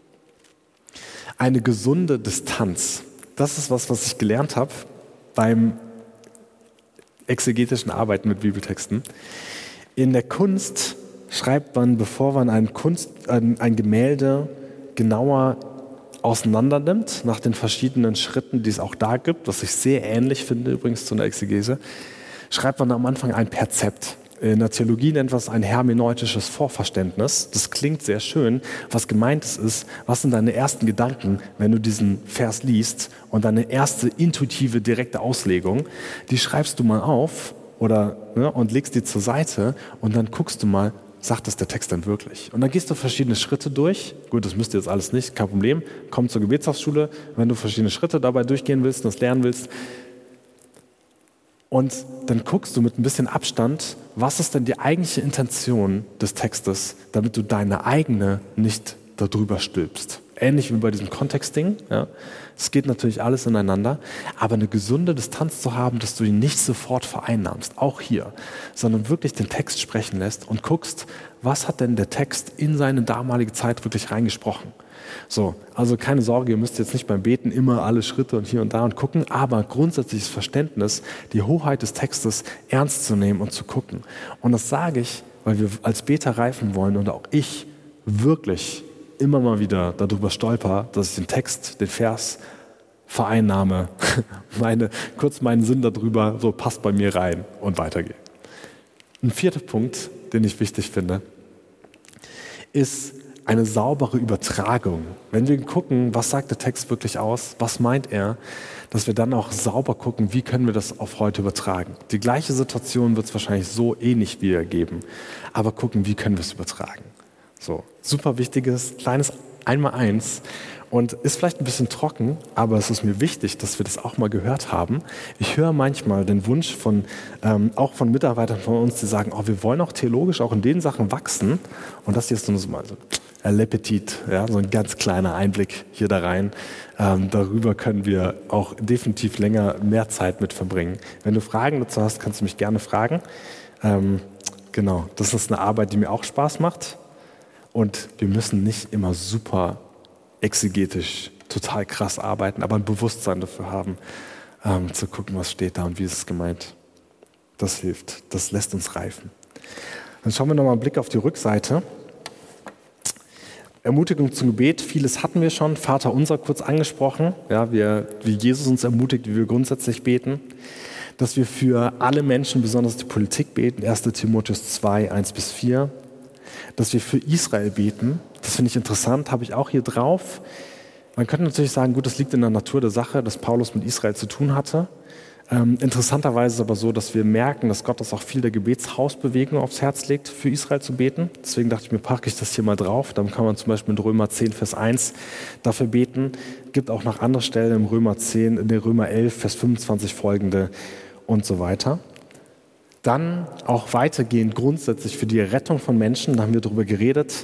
Eine gesunde Distanz. Das ist was ich gelernt habe beim exegetischen Arbeiten mit Bibeltexten. In der Kunst schreibt man, bevor man ein Gemälde genauer auseinander nimmt, nach den verschiedenen Schritten, die es auch da gibt, was ich sehr ähnlich finde übrigens zu einer Exegese, schreibt man am Anfang ein Perzept. In der Theologie nennt man es ein hermeneutisches Vorverständnis. Das klingt sehr schön. Was gemeint ist, was sind deine ersten Gedanken, wenn du diesen Vers liest, und deine erste intuitive, direkte Auslegung, die schreibst du mal auf und legst die zur Seite und dann guckst du mal, sagt das der Text denn wirklich? Und dann gehst du verschiedene Schritte durch. Gut, das müsst ihr jetzt alles nicht, kein Problem. Komm zur Gebetshausschule, wenn du verschiedene Schritte dabei durchgehen willst und das lernen willst. Und dann guckst du mit ein bisschen Abstand, was ist denn die eigentliche Intention des Textes, damit du deine eigene nicht darüber stülpst. Ähnlich wie bei diesem Kontextding. Ja. Es geht natürlich alles ineinander, aber eine gesunde Distanz zu haben, dass du ihn nicht sofort vereinnahmst, auch hier, sondern wirklich den Text sprechen lässt und guckst, was hat denn der Text in seine damalige Zeit wirklich reingesprochen. So, also keine Sorge, ihr müsst jetzt nicht beim Beten immer alle Schritte und hier und da und gucken, aber grundsätzliches Verständnis, die Hoheit des Textes ernst zu nehmen und zu gucken. Und das sage ich, weil wir als Beter reifen wollen und auch ich wirklich immer mal wieder darüber stolper, dass ich den Text, den Vers vereinnahme, kurz meinen Sinn darüber, so passt bei mir rein und weitergehe. Ein vierter Punkt, den ich wichtig finde, ist eine saubere Übertragung. Wenn wir gucken, was sagt der Text wirklich aus, was meint er, dass wir dann auch sauber gucken, wie können wir das auf heute übertragen. Die gleiche Situation wird es wahrscheinlich so ähnlich wieder geben, aber gucken, wie können wir es übertragen. So, super wichtiges, kleines Einmaleins und ist vielleicht ein bisschen trocken, aber es ist mir wichtig, dass wir das auch mal gehört haben. Ich höre manchmal den Wunsch auch von Mitarbeitern von uns, die sagen, wir wollen auch theologisch auch in den Sachen wachsen, und das hier ist so mal so L'Appetit, ja, so ein ganz kleiner Einblick hier da rein. Darüber können wir auch definitiv mehr Zeit mit verbringen. Wenn du Fragen dazu hast, kannst du mich gerne fragen. Genau, das ist eine Arbeit, die mir auch Spaß macht. Und wir müssen nicht immer super exegetisch, total krass arbeiten, aber ein Bewusstsein dafür haben, zu gucken, was steht da und wie ist es gemeint. Das hilft, das lässt uns reifen. Dann schauen wir nochmal einen Blick auf die Rückseite. Ermutigung zum Gebet, vieles hatten wir schon. Vater unser kurz angesprochen, ja, wie Jesus uns ermutigt, wie wir grundsätzlich beten. Dass wir für alle Menschen, besonders die Politik, beten. 1. Timotheus 2, 1-4. Dass wir für Israel beten. Das finde ich interessant, habe ich auch hier drauf. Man könnte natürlich sagen, gut, das liegt in der Natur der Sache, dass Paulus mit Israel zu tun hatte. Interessanterweise ist es aber so, dass wir merken, dass Gott das auch viel der Gebetshausbewegung aufs Herz legt, für Israel zu beten. Deswegen dachte ich mir, packe ich das hier mal drauf. Dann kann man zum Beispiel in Römer 10, Vers 1 dafür beten. Gibt auch noch andere Stellen im Römer 10, in der Römer 11, Vers 25 folgende und so weiter. Dann auch weitergehend grundsätzlich für die Rettung von Menschen, da haben wir drüber geredet.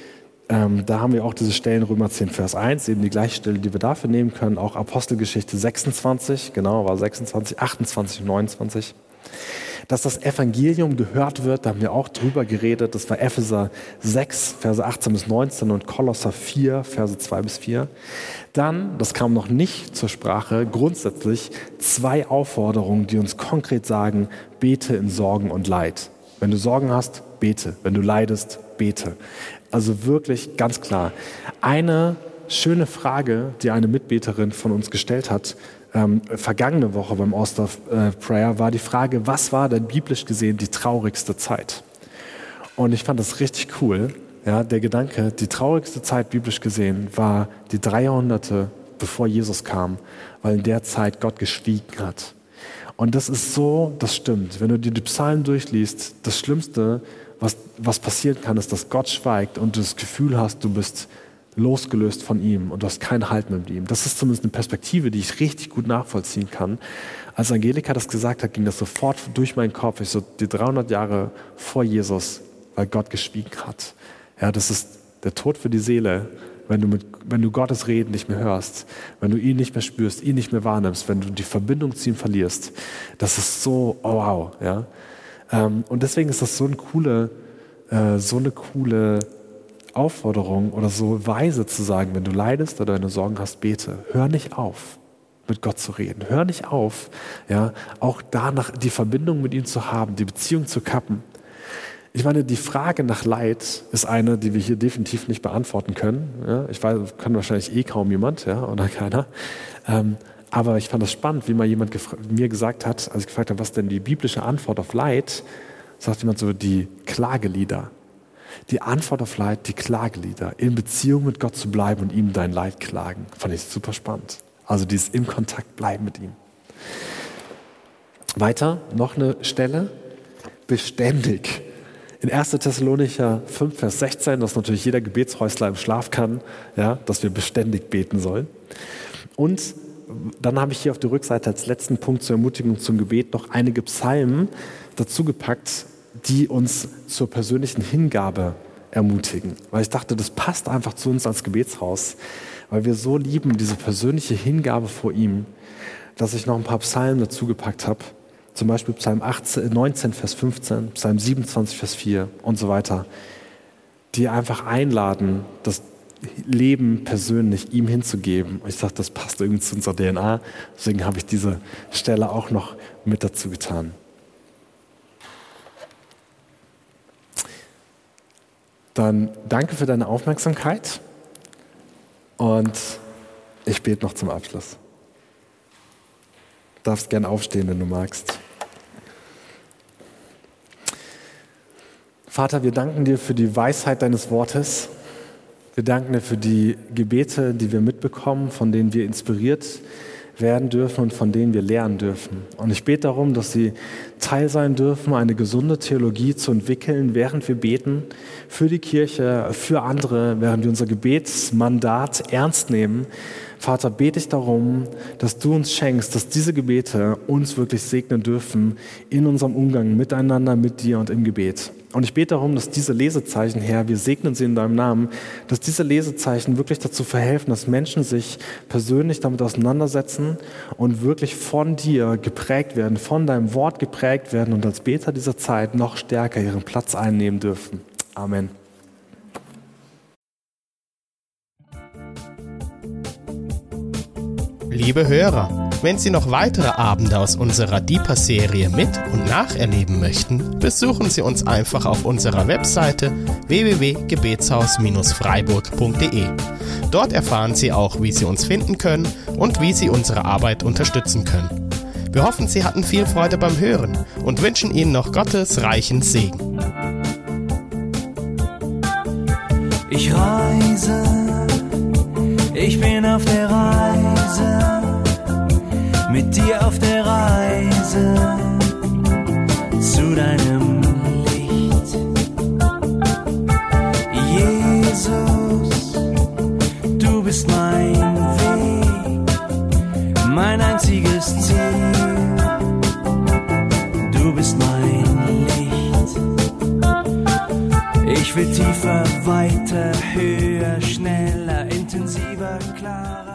Da haben wir auch diese Stellen, Römer 10, Vers 1, eben die gleiche Stelle, die wir dafür nehmen können. Auch Apostelgeschichte 26, genau, war 26, 28 und 29. Dass das Evangelium gehört wird, da haben wir auch drüber geredet. Das war Epheser 6, Verse 18-19 und Kolosser 4, Verse 2-4. Dann, das kam noch nicht zur Sprache, grundsätzlich 2 Aufforderungen, die uns konkret sagen, bete in Sorgen und Leid. Wenn du Sorgen hast, bete. Wenn du leidest, bete. Also wirklich ganz klar. Eine schöne Frage, die eine Mitbeterin von uns gestellt hat, vergangene Woche beim Osterprayer, war die Frage, was war denn biblisch gesehen die traurigste Zeit? Und ich fand das richtig cool. Ja, der Gedanke, die traurigste Zeit biblisch gesehen war die 3 Jahrhunderte, bevor Jesus kam, weil in der Zeit Gott geschwiegen hat. Und das ist so, das stimmt. Wenn du dir die Psalmen durchliest, das Schlimmste, was passieren kann, ist, dass Gott schweigt und du das Gefühl hast, du bist losgelöst von ihm und du hast keinen Halt mehr mit ihm. Das ist zumindest eine Perspektive, die ich richtig gut nachvollziehen kann. Als Angelika das gesagt hat, ging das sofort durch meinen Kopf. Ich so, die 300 Jahre vor Jesus, weil Gott geschwiegen hat. Ja, das ist der Tod für die Seele, wenn du Gottes Reden nicht mehr hörst, wenn du ihn nicht mehr spürst, ihn nicht mehr wahrnimmst, wenn du die Verbindung zu ihm verlierst. Das ist so, oh wow. Ja? Und deswegen ist das so eine coole Aufforderung oder so weise zu sagen, wenn du leidest oder wenn du Sorgen hast, bete. Hör nicht auf, mit Gott zu reden. Hör nicht auf, ja, auch danach die Verbindung mit ihm zu haben, die Beziehung zu kappen. Ich meine, die Frage nach Leid ist eine, die wir hier definitiv nicht beantworten können. Ja, ich weiß, kann wahrscheinlich kaum jemand, ja, oder keiner. Aber ich fand das spannend, wie mal jemand mir gesagt hat, als ich gefragt habe, was denn die biblische Antwort auf Leid, sagt jemand so, die Klagelieder. Die Antwort auf Leid, die Klagelieder. In Beziehung mit Gott zu bleiben und ihm dein Leid klagen. Fand ich super spannend. Also dieses im Kontakt bleiben mit ihm. Weiter, noch eine Stelle. Beständig. In 1. Thessalonicher 5, Vers 16, dass natürlich jeder Gebetshäusler im Schlaf kann, ja, dass wir beständig beten sollen. Und dann habe ich hier auf der Rückseite als letzten Punkt zur Ermutigung zum Gebet noch einige Psalmen dazu gepackt, die uns zur persönlichen Hingabe ermutigen. Weil ich dachte, das passt einfach zu uns als Gebetshaus, weil wir so lieben, diese persönliche Hingabe vor ihm, dass ich noch ein paar Psalmen dazu gepackt habe. Zum Beispiel Psalm 19, Vers 15, Psalm 27, Vers 4 und so weiter, die einfach einladen, das Leben persönlich ihm hinzugeben. Und ich dachte, das passt irgendwie zu unserer DNA. Deswegen habe ich diese Stelle auch noch mit dazu getan. Dann danke für deine Aufmerksamkeit und ich bete noch zum Abschluss. Du darfst gern aufstehen, wenn du magst. Vater, wir danken dir für die Weisheit deines Wortes. Wir danken dir für die Gebete, die wir mitbekommen, von denen wir inspiriert werden dürfen und von denen wir lernen dürfen. Und ich bete darum, dass sie Teil sein dürfen, eine gesunde Theologie zu entwickeln, während wir beten, für die Kirche, für andere, während wir unser Gebetsmandat ernst nehmen. Vater, bete ich darum, dass du uns schenkst, dass diese Gebete uns wirklich segnen dürfen in unserem Umgang miteinander, mit dir und im Gebet. Und ich bete darum, dass diese Lesezeichen, Herr, wir segnen sie in deinem Namen, dass diese Lesezeichen wirklich dazu verhelfen, dass Menschen sich persönlich damit auseinandersetzen und wirklich von dir geprägt werden, von deinem Wort geprägt werden und als Beter dieser Zeit noch stärker ihren Platz einnehmen dürfen. Amen. Liebe Hörer, wenn Sie noch weitere Abende aus unserer Deeper-Serie mit- und nacherleben möchten, besuchen Sie uns einfach auf unserer Webseite www.gebetshaus-freiburg.de. Dort erfahren Sie auch, wie Sie uns finden können und wie Sie unsere Arbeit unterstützen können. Wir hoffen, Sie hatten viel Freude beim Hören und wünschen Ihnen noch Gottes reichen Segen. Ich reise, ich bin auf der Reise, mit dir auf der Reise zu deinem Licht. Jesus, du bist mein Weg, mein einziges Ziel. Du bist mein Licht. Ich will tiefer, weiter, höher, schneller, intensiver, klarer.